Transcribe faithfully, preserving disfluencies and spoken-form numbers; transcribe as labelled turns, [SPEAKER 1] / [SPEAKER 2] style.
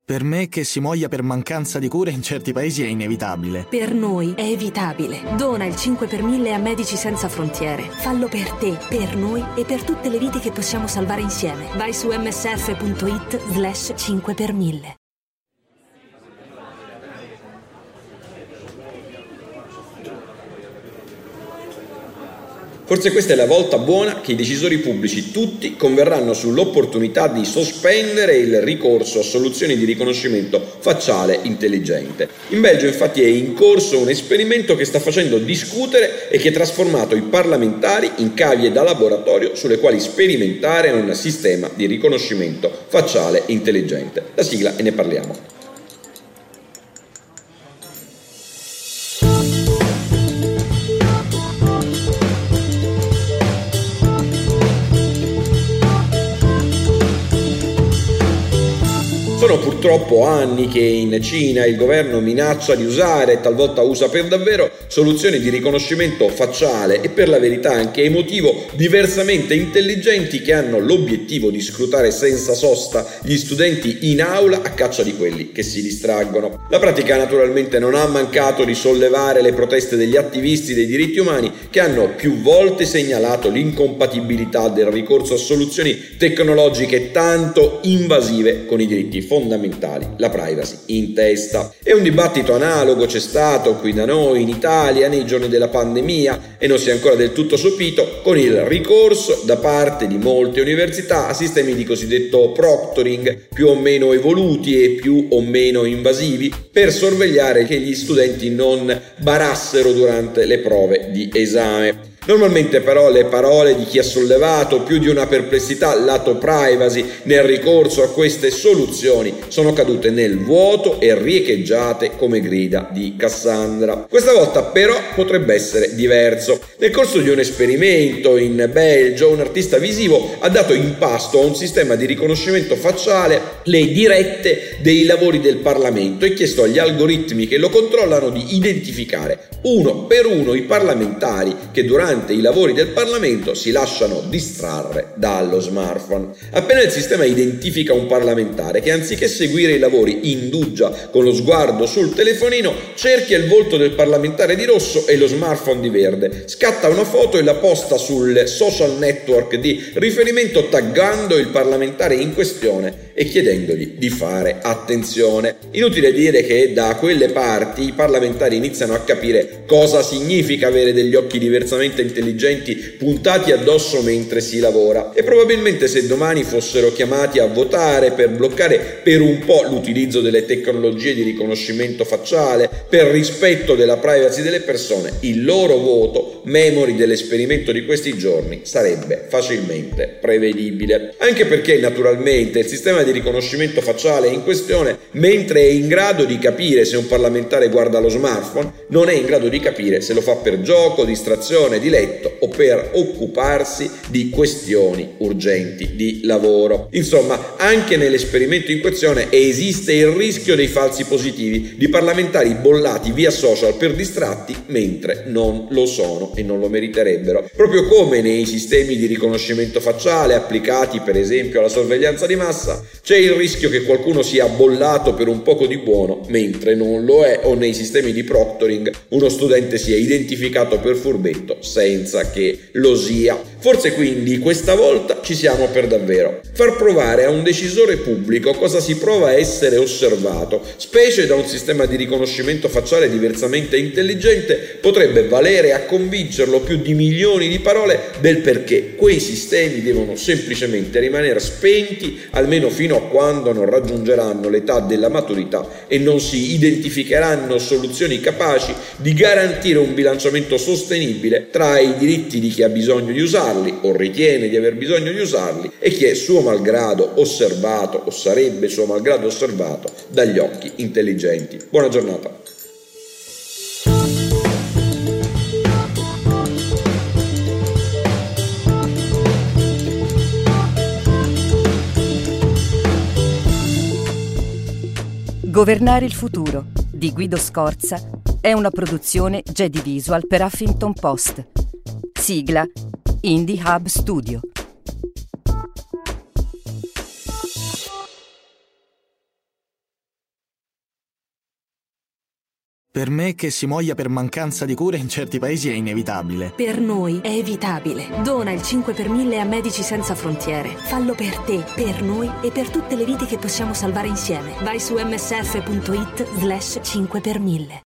[SPEAKER 1] Per me che si muoia per mancanza di cure in certi paesi è inevitabile.
[SPEAKER 2] Per noi è evitabile. Dona il cinque per mille a Medici Senza Frontiere. Fallo per te, per noi e per tutte le vite che possiamo salvare insieme. Vai su msf.it slash cinque per mille.
[SPEAKER 3] Forse questa è la volta buona che i decisori pubblici tutti converranno sull'opportunità di sospendere il ricorso a soluzioni di riconoscimento facciale intelligente. In Belgio infatti è in corso un esperimento che sta facendo discutere e che ha trasformato i parlamentari in cavie da laboratorio sulle quali sperimentare un sistema di riconoscimento facciale intelligente. La sigla e ne parliamo. Sono purtroppo anni che in Cina il governo minaccia di usare, e talvolta usa per davvero, soluzioni di riconoscimento facciale e per la verità anche emotivo diversamente intelligenti che hanno l'obiettivo di scrutare senza sosta gli studenti in aula a caccia di quelli che si distraggono. La pratica naturalmente non ha mancato di sollevare le proteste degli attivisti dei diritti umani che hanno più volte segnalato l'incompatibilità del ricorso a soluzioni tecnologiche tanto invasive con i diritti fondamentali, la privacy in testa. E un dibattito analogo c'è stato qui da noi in Italia nei giorni della pandemia e non si è ancora del tutto sopito con il ricorso da parte di molte università a sistemi di cosiddetto proctoring più o meno evoluti e più o meno invasivi per sorvegliare che gli studenti non barassero durante le prove di esame. Normalmente però le parole di chi ha sollevato più di una perplessità lato privacy nel ricorso a queste soluzioni sono cadute nel vuoto e riecheggiate come grida di Cassandra. Questa volta però potrebbe essere diverso. Nel corso di un esperimento in Belgio un artista visivo ha dato in pasto a un sistema di riconoscimento facciale le dirette dei lavori del Parlamento e chiesto agli algoritmi che lo controllano di identificare uno per uno i parlamentari che durante i lavori del Parlamento si lasciano distrarre dallo smartphone. Appena il sistema identifica un parlamentare che anziché seguire i lavori indugia con lo sguardo sul telefonino, cerchia il volto del parlamentare di rosso e lo smartphone di verde, scatta una foto e la posta sul social network di riferimento taggando il parlamentare in questione e chiedendogli di fare attenzione. Inutile dire che da quelle parti i parlamentari iniziano a capire cosa significa avere degli occhi diversamente intelligenti puntati addosso mentre si lavora e probabilmente se domani fossero chiamati a votare per bloccare per un po' l'utilizzo delle tecnologie di riconoscimento facciale per rispetto della privacy delle persone, il loro voto, memori dell'esperimento di questi giorni, sarebbe facilmente prevedibile. Anche perché naturalmente il sistema di riconoscimento facciale in questione, mentre è in grado di capire se un parlamentare guarda lo smartphone, non è in grado di capire se lo fa per gioco, distrazione, diletto o per occuparsi di questioni urgenti di lavoro. Insomma, anche nell'esperimento in questione esiste il rischio dei falsi positivi, di parlamentari bollati via social per distratti mentre non lo sono e non lo meriterebbero. Proprio come nei sistemi di riconoscimento facciale applicati per esempio alla sorveglianza di massa, c'è il rischio che qualcuno sia bollato per un poco di buono mentre non lo è, o nei sistemi di proctoring uno studente sia identificato per furbetto senza che lo sia. Forse quindi questa volta ci siamo per davvero. Far provare a un decisore pubblico cosa si prova a essere osservato, specie da un sistema di riconoscimento facciale diversamente intelligente, potrebbe valere a convincerlo più di milioni di parole del perché quei sistemi devono semplicemente rimanere spenti almeno fino a quando non raggiungeranno l'età della maturità e non si identificheranno soluzioni capaci di garantire un bilanciamento sostenibile tra i diritti di chi ha bisogno di usarli o ritiene di aver bisogno di usarli e chi è suo malgrado osservato o sarebbe suo malgrado osservato dagli occhi intelligenti. Buona giornata.
[SPEAKER 4] Governare il futuro di Guido Scorza è una produzione Jedi Visual per Huffington Post. Sigla Indie Hub Studio.
[SPEAKER 1] Per me che si muoia per mancanza di cure in certi paesi è inevitabile.
[SPEAKER 2] Per noi è evitabile. Dona il cinque per mille a Medici Senza Frontiere. Fallo per te, per noi e per tutte le vite che possiamo salvare insieme. Vai su msf.it slash cinque per mille.